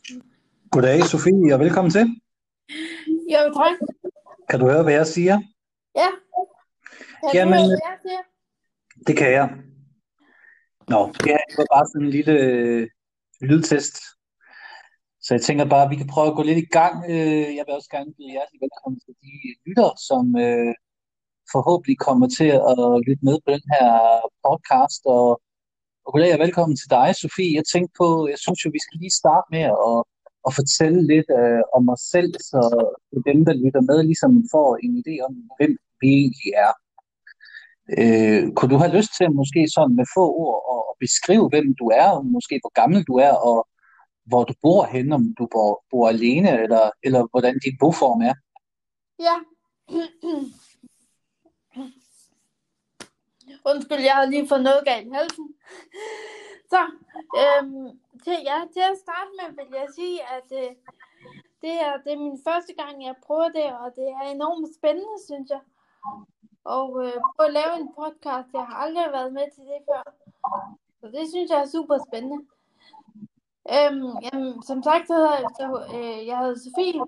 Goddag, Sofie, og velkommen til. Jo, tak. Kan du høre, hvad jeg siger? Ja, kan du høre, Jamen, hvad jeg siger? det kan jeg. Nå, det her var bare sådan en lille lydtest. Så jeg tænker bare, at vi kan prøve at gå lidt i gang. Jeg vil også gerne byde hjertelig velkommen til de lytter, som forhåbentlig kommer til at lytte med på den her podcast. Og goddag og velkommen til dig, Sofie. Jeg tænkte på, jeg synes jo, vi skal lige starte med at fortælle lidt om os selv, så dem, der lytter med, ligesom får en idé om, hvem vi egentlig er. Kunne du have lyst til måske sådan med få ord at beskrive, hvem du er, og måske hvor gammel du er, og hvor du bor henne, om du bor alene, eller hvordan din boform er? Ja. Undskyld, jeg har lige fået noget galt i halsen. Så, til at starte med vil jeg sige, at det er min første gang, jeg prøver det, og det er enormt spændende, synes jeg. Og prøve at lave en podcast, jeg har aldrig været med til det før. Så det synes jeg er super spændende. Jamen, som sagt, så jeg hedder Sofie.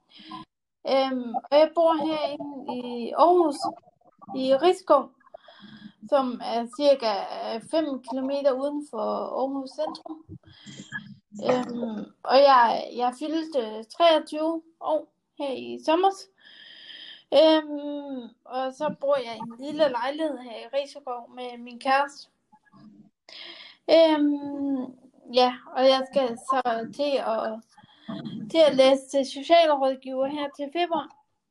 Og jeg bor herinde i Aarhus, i Risskov, som er cirka 5 kilometer uden for Aarhus centrum. Og jeg fyldte 23 år her i sommer. Og så bor jeg i en lille lejlighed her i Risskov med min kæreste. Ja, og jeg skal så til at læse til socialrådgiver her til februar.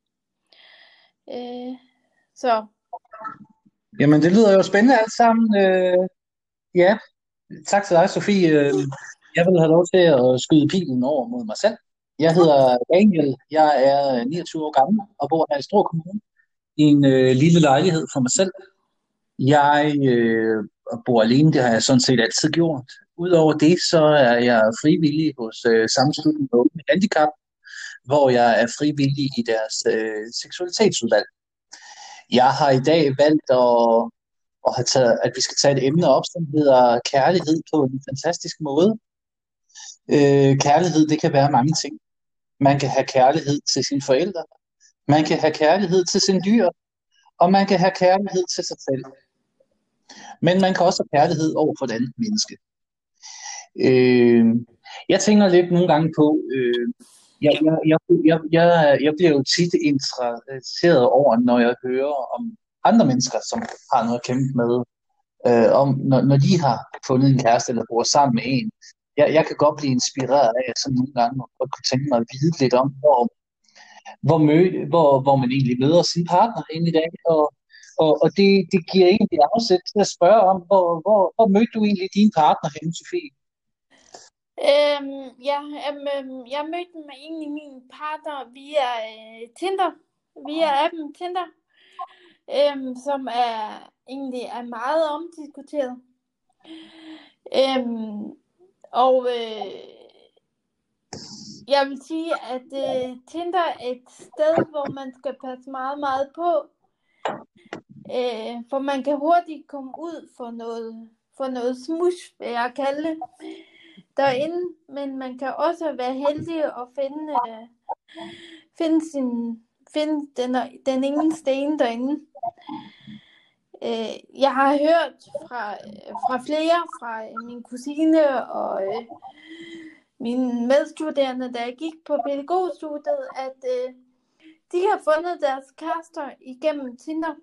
Så. Jamen, det lyder jo spændende alt sammen. Ja, tak til dig, Sofie. Jeg vil have lov til at skyde pilen over mod mig selv. Jeg hedder Daniel. Jeg er 29 år gammel og bor her i Struer Kommune i en lille lejlighed for mig selv. Jeg bor alene, det har jeg sådan set altid gjort. Udover det, så er jeg frivillig hos Sammenslutningen af Unge med Handicap, hvor jeg er frivillig i deres seksualitetsudvalg. Jeg har i dag valgt at vi skal tage et emne op, som hedder kærlighed på en fantastisk måde. Kærlighed, det kan være mange ting. Man kan have kærlighed til sine forældre, man kan have kærlighed til sin dyr, og man kan have kærlighed til sig selv. Men man kan også have kærlighed over for et andet menneske. Jeg tænker lidt nogle gange på, jeg bliver jo tit interesseret over, når jeg hører om andre mennesker, som har noget at kæmpe med, om når de har fundet en kæreste eller bor sammen med en. Jeg kan godt blive inspireret af, at sådan nogle gange og kunne tænke mig at vide lidt om, hvor man egentlig møder sin partner ind i dag, og det giver egentlig afsæt til at spørge om, hvor mødte du egentlig din partner henne, Sofie? Jeg mødte egentlig min partner via Tinder, via appen Tinder, som egentlig er meget omdiskuteret. Og jeg vil sige, at Tinder er et sted, hvor man skal passe meget, meget på. For man kan hurtigt komme ud for noget smush, vil jeg kalde det, derinde. Men man kan også være heldig at finde den ene sten derinde. Jeg har hørt fra flere, fra min kusine og mine medstuderende, da jeg gik på pædagogstudiet, at de har fundet deres kærester igennem Tinder.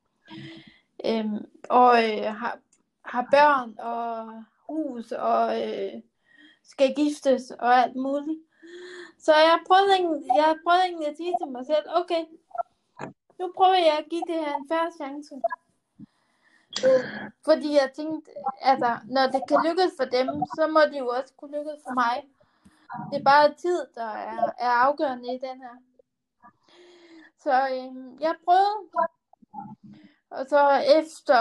Og har børn og hus og skal giftes og alt muligt. Så jeg prøvede egentlig at sige til mig selv, okay, nu prøver jeg at give det her en fair chance. Fordi jeg tænkte, altså, når det kan lykkes for dem, så må det jo også kunne lykkes for mig. Det er bare tid, der er afgørende i den her. Så jeg prøvede. Og så efter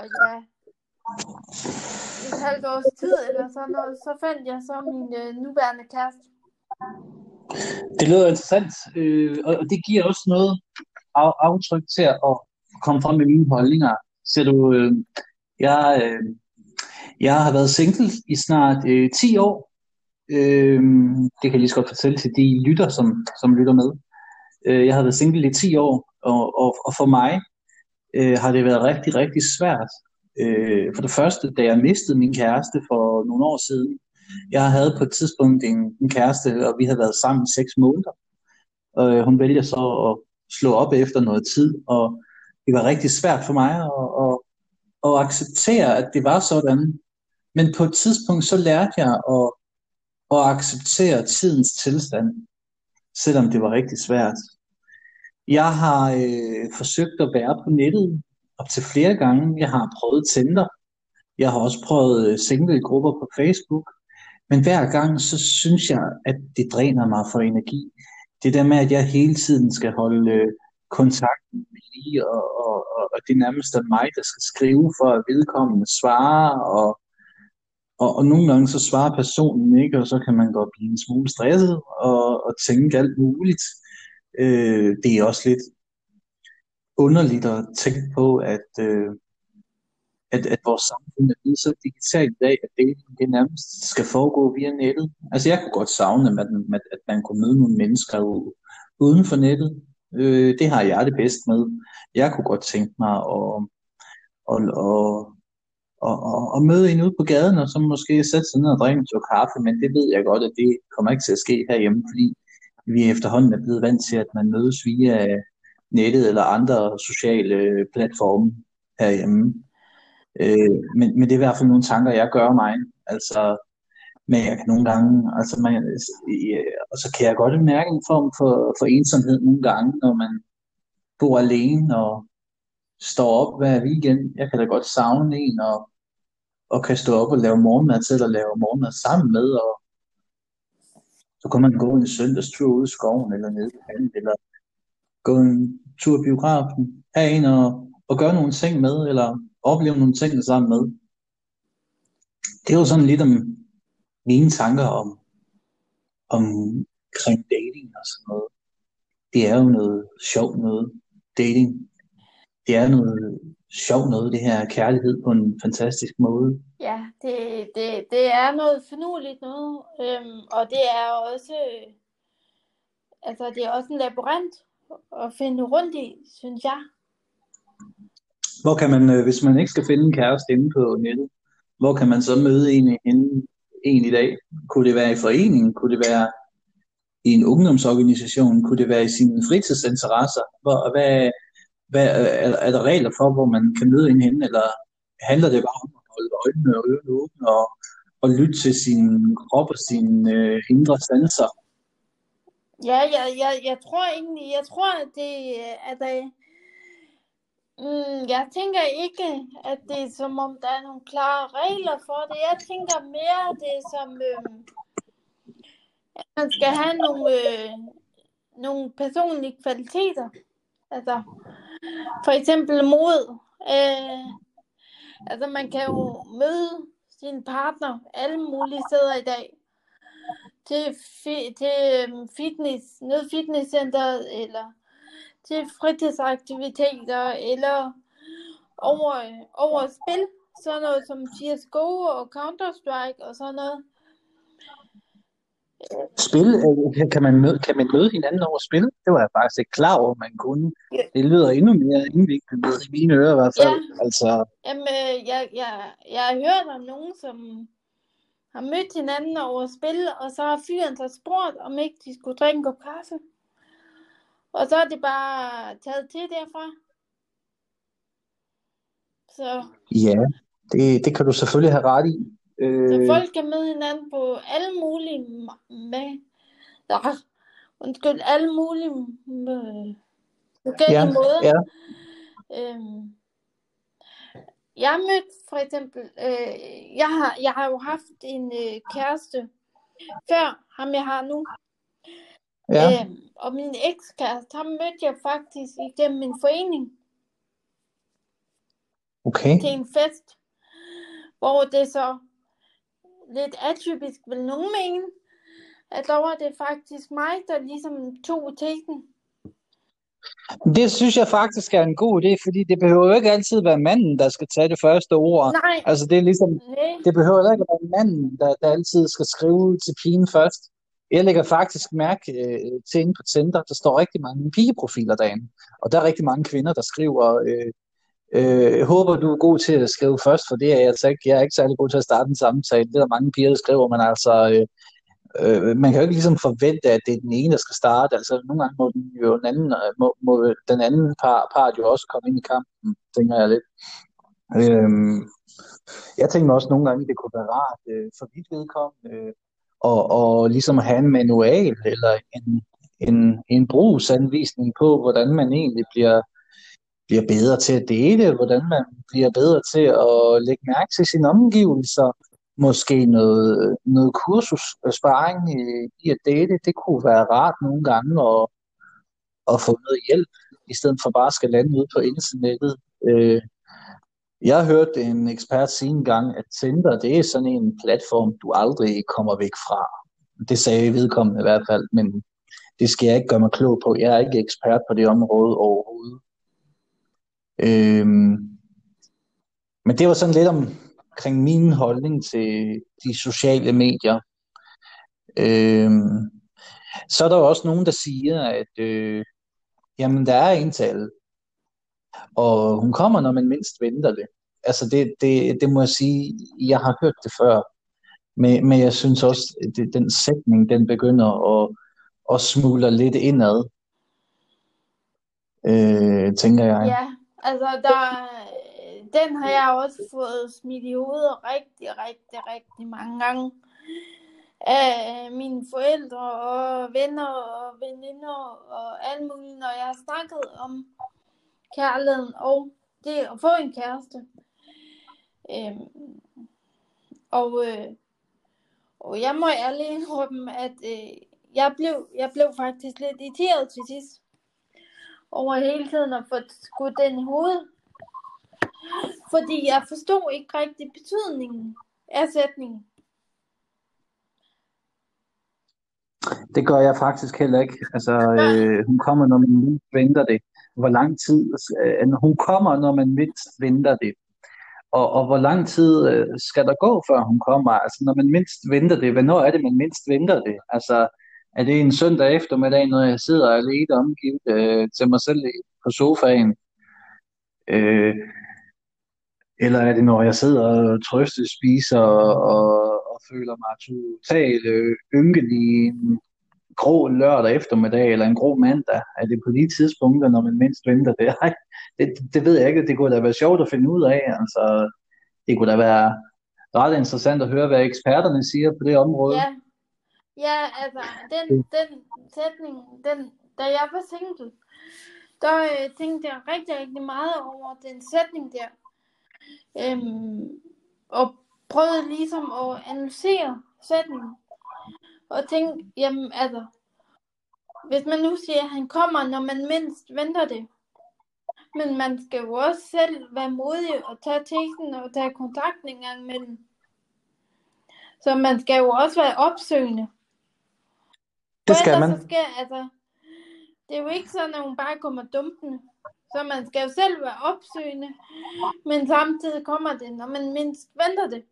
et halvt års tid eller sådan noget, så fandt jeg så min nuværende kæreste. Det lyder interessant, og det giver også noget aftryk til at komme frem med mine holdninger. Ser du, jeg har været single i snart 10 år, Det kan jeg lige så godt fortælle til de lytter, som lytter med. Jeg har været single i 10 år, og for mig har det været rigtig, rigtig svært. For det første, da jeg mistede min kæreste for nogle år siden. Jeg havde på et tidspunkt en kæreste, og vi havde været sammen i 6 måneder. Hun vælger så at slå op efter noget tid, og det var rigtig svært for mig at acceptere, at det var sådan. Men på et tidspunkt, så lærte jeg at acceptere tidens tilstand, selvom det var rigtig svært. Jeg har forsøgt at være på nettet op til flere gange. Jeg har prøvet Tinder. Jeg har også prøvet single-grupper på Facebook. Men hver gang, så synes jeg, at det dræner mig for energi. Det der med, at jeg hele tiden skal holde kontakten ved lige, og det er nærmest er mig, der skal skrive for at vedkommende svare, og nogle gange så svarer personen ikke, og så kan man godt blive en smule stresset og tænke alt muligt. Det er også lidt underligt at tænke på, at vores samfund er blevet så digitalt i dag, at det nærmest skal foregå via nettet. Altså jeg kunne godt savne, at man kunne møde nogle mennesker uden for nettet. Det har jeg det bedst med. Jeg kunne godt tænke mig at, at, og møde en ude på gaden, og så måske sætte sig ned og drikke en tår kaffe, men det ved jeg godt, at det kommer ikke til at ske herhjemme, fordi vi efterhånden er blevet vant til, at man mødes via nettet eller andre sociale platforme herhjemme. Men det er i hvert fald nogle tanker, jeg gør mig. Altså, men jeg kan nogle gange, og så kan jeg godt mærke en form for ensomhed nogle gange, når man bor alene og står op hver weekend. Jeg kan da godt savne en, og kan stå op og lave morgenmad til, og lave morgenmad sammen med, og så kan man gå en søndagstur ude i skoven, eller nede på vandet, eller gå en tur i biografen, have en og gøre nogle ting med, eller opleve nogle ting sammen med. Det er jo sådan lidt om mine tanker omkring dating og sådan noget. Det er jo noget sjovt noget, dating. Det er noget sjovt noget, det her kærlighed på en fantastisk måde. Ja, det er noget finurligt noget, og det er også, altså det er også en labyrint at finde rundt i, synes jeg. Hvor kan man, hvis man ikke skal finde en kæreste inde på nettet, hvor kan man så møde en i dag? Kunne det være i foreningen? Kunne det være i en ungdomsorganisation? Kunne det være i sine fritidsinteresser? Er der regler for, hvor man kan møde en henne, eller handler det bare om at holde øjnene og ørerne åbne og lytte til sin krop og sine indre sanser? Ja, jeg tror egentlig, at det, jeg tænker ikke, at det er som om, der er nogle klare regler for det. Jeg tænker mere, det er som, at man skal have nogle personlige kvaliteter. Altså, for eksempel mod. Altså, man kan jo møde sin partner alle mulige steder i dag. Til fitness, noget fitnesscenter, eller til fritidsaktiviteter, eller over spil, sådan noget som CSGO og Counter-Strike og sådan noget. Spil? Kan man møde hinanden over spil? Det var jeg faktisk ikke klar over, man kunne. Det lyder endnu mere indviklet i mine ører i hvert fald. Ja. Altså, Jamen, jeg har hørt om nogen, som har mødt hinanden over spil, og så har fyren så spurgt, om ikke de skulle drikke en kop kaffe. Og så er det bare taget til derfra. Så ja, det kan du selvfølgelig have ret i. så folk kan møde hinanden på alle mulige alle mulige forskellige måder. Ja. Jeg mødte for eksempel, jeg har jo haft en kæreste før ham jeg har nu. Ja. Og min ekskæreste, ham mødte jeg faktisk igennem en forening. Okay. Til en fest, hvor det så lidt atypisk vil nogen mene, at der var det faktisk mig, der ligesom tog teten. Det synes jeg faktisk er en god idé, fordi det behøver jo ikke altid være manden, der skal tage det første ord. Nej, Altså det er ligesom, nej. det behøver heller ikke at være manden, der altid skal skrive til pigen først. Jeg lægger faktisk mærke til inde på Tinder, der står rigtig mange pigeprofiler derinde. Og der er rigtig mange kvinder, der skriver, jeg håber, du er god til at skrive først, for det er jeg altså ikke. Jeg er ikke særlig god til at starte en samtale. Det er der mange piger, der skriver, men altså, man kan jo ikke ligesom forvente, at det er den ene, der skal starte. Altså, nogle gange må den anden, må den anden part jo også komme ind i kampen, tænker jeg lidt. Øhm, jeg tænker også nogle gange, det kunne være rart for mit vedkommende, og ligesom at have en manual eller en brugsanvisning på, hvordan man egentlig bliver bedre til at date, hvordan man bliver bedre til at lægge mærke til sine omgivelser, måske noget kursussparing i at date, det kunne være rart nogle gange at få noget hjælp, i stedet for bare at skal lande ude på internettet. Jeg har hørt en ekspert sige engang, at Tinder, det er sådan en platform, du aldrig kommer væk fra. Det sagde vedkommende i hvert fald, men det skal jeg ikke gøre mig klog på. Jeg er ikke ekspert på det område overhovedet. Øhm, Men det var sådan lidt omkring min holdning til de sociale medier. Øhm, Så er der jo også nogen, der siger, at jamen, der er ental, og hun kommer, når man mindst venter det. Altså, det må jeg sige, jeg har hørt det før, men jeg synes også, at den sætning, den begynder at smule lidt indad, tænker jeg. Ja, altså den har jeg også fået smidt i hovedet rigtig mange gange af mine forældre og venner og veninder og alt muligt, når jeg har snakket om kærligheden og det at få en kæreste. Og jeg må ærligt indrømme, at jeg blev faktisk lidt irriteret til sidst over hele tiden at få skudt den i hovedet. Fordi jeg forstod ikke rigtig betydningen af sætningen. Det gør jeg faktisk heller ikke. Altså, hun kommer, når man mindst venter det. Hvor lang tid? Hun kommer, når man mindst venter det. Og hvor lang tid skal der gå, før hun kommer? Altså, når man mindst venter det, hvornår er det, man mindst venter det? Altså, er det en søndag eftermiddag, når jeg sidder alene omgivet til mig selv på sofaen? Øh, eller er det, når jeg sidder og trøstespiser og føler mig totalt ynkelig en grå lørdag eftermiddag eller en grå mandag? Er det på de tidspunkter, når man mindst venter det? Ej, det ved jeg ikke. Det kunne da være sjovt at finde ud af. Altså, det kunne da være ret interessant at høre, hvad eksperterne siger på det område. Ja, altså, den sætning, da jeg var single, der tænkte jeg rigtig meget over den sætning der. Og prøvede ligesom at analysere sætningen. Og tænkte, jamen altså, hvis man nu siger, at han kommer, når man mindst venter det. Men man skal jo også selv være modig og tage teksten og tage kontakt en gang imellem. Så man skal jo også være opsøgende. Det skal man. Det er jo ikke sådan, at hun bare kommer dumpende. Så man skal jo selv være opsøgende. Men samtidig kommer det, når man mindst venter det.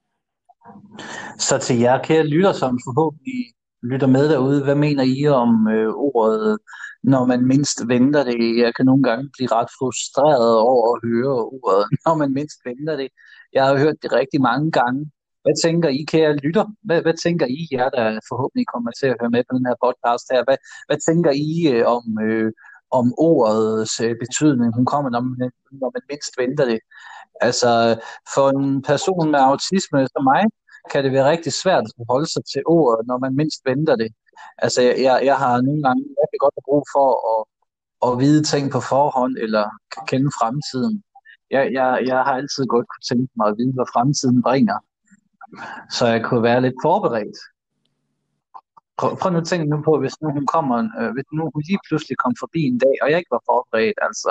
Så til jer kære lytter, som forhåbentlig lytter med derude, hvad mener I om ordet, når man mindst venter det? Jeg kan nogle gange blive ret frustreret over at høre ordet, når man mindst venter det. Jeg har hørt det rigtig mange gange. Hvad tænker I, kære lytter? Hvad tænker I, jer der forhåbentlig kommer til at høre med på den her podcast her? Hvad tænker I om ordets betydning? Hun kommer, når man mindst venter det. Altså, for en person med autisme som mig, kan det være rigtig svært at forholde sig til ordet, når man mindst venter det. Altså, jeg har nogle gange rigtig godt brug for at vide ting på forhånd, eller kende fremtiden. Jeg har altid godt kunne tænke mig at vide, hvad fremtiden bringer, så jeg kunne være lidt forberedt. Prøv nu at tænke nu på, hvis nu hun kommer, hvis nu hun lige pludselig kom forbi en dag, og jeg ikke var forberedt, altså,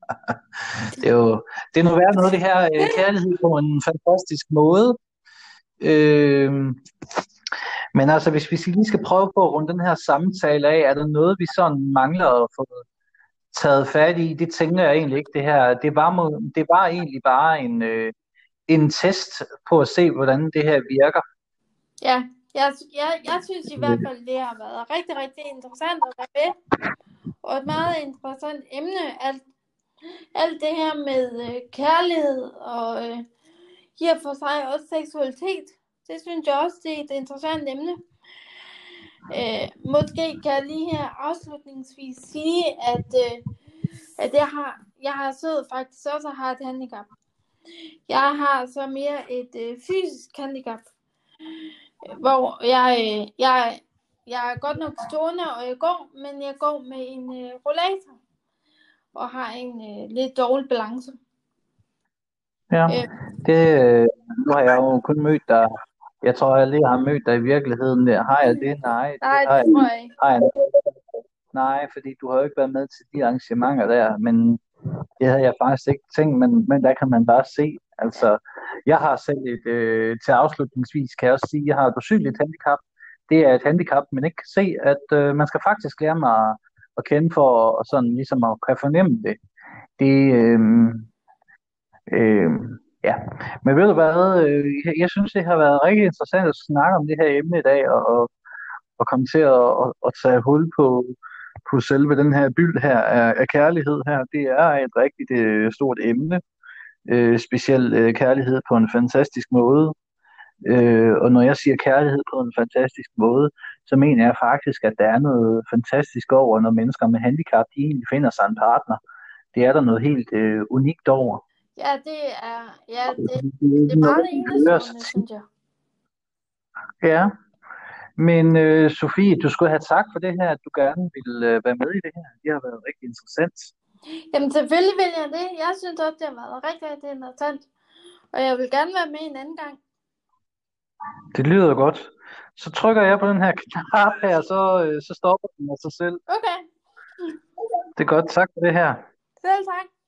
det er nu værd noget, det her kærlighed på en fantastisk måde. Men altså, hvis vi lige skal prøve på at runde den her samtale af, er der noget, vi sådan mangler at få taget fat i. Det tænker jeg egentlig ikke, det her. Det var egentlig bare en test på at se, hvordan det her virker. Ja, jeg synes i hvert fald, det har været rigtig, rigtig interessant at være med. Og et meget interessant emne, alt det her med kærlighed og i og for sig også seksualitet. Det synes jeg også, det er et interessant emne. Måske kan jeg lige her afslutningsvis sige, at jeg har siddet faktisk også og har et handicap. Jeg har så mere et fysisk handicap, hvor jeg er godt nok stående, og jeg går, men jeg går med en rollator og har en lidt dårlig balance. Ja, nu har jeg jo kun mødt dig. Jeg tror, jeg lige har mødt dig i virkeligheden. Har jeg det? Nej, Nej, har det tror jeg ikke. har jeg. Nej, fordi du har jo ikke været med til de arrangementer der, men det havde jeg faktisk ikke tænkt, men der kan man bare se. Altså, jeg har selv til afslutningsvis kan jeg også sige, jeg har et usynligt handicap. Det er et handicap, man ikke kan se, at man skal faktisk lære mig at kende for, og sådan ligesom at kan fornemme det. Det, øh, ja. Men ved du hvad, jeg synes, det har været rigtig interessant at snakke om det her emne i dag, og komme til at tage hul på selve den her byld her af kærlighed her. Det er et rigtig stort emne, specielt kærlighed på en fantastisk måde. Og når jeg siger kærlighed på en fantastisk måde, så mener jeg faktisk, at der er noget fantastisk over, når mennesker med handicap, de egentlig finder sig en partner. Det er der noget helt unikt over. Ja, det er meget enestående, synes jeg. Ja, men Sofie, du skulle have tak for det her, at du gerne ville være med i det her. Det har været rigtig interessant. Jamen selvfølgelig vil jeg det. Jeg synes også, det har været rigtig, rigtig interessant. Og jeg vil gerne være med en anden gang. Det lyder godt. Så trykker jeg på den her knap her, så stopper den af sig selv. Okay. Det er godt. Tak for det her. Selv tak.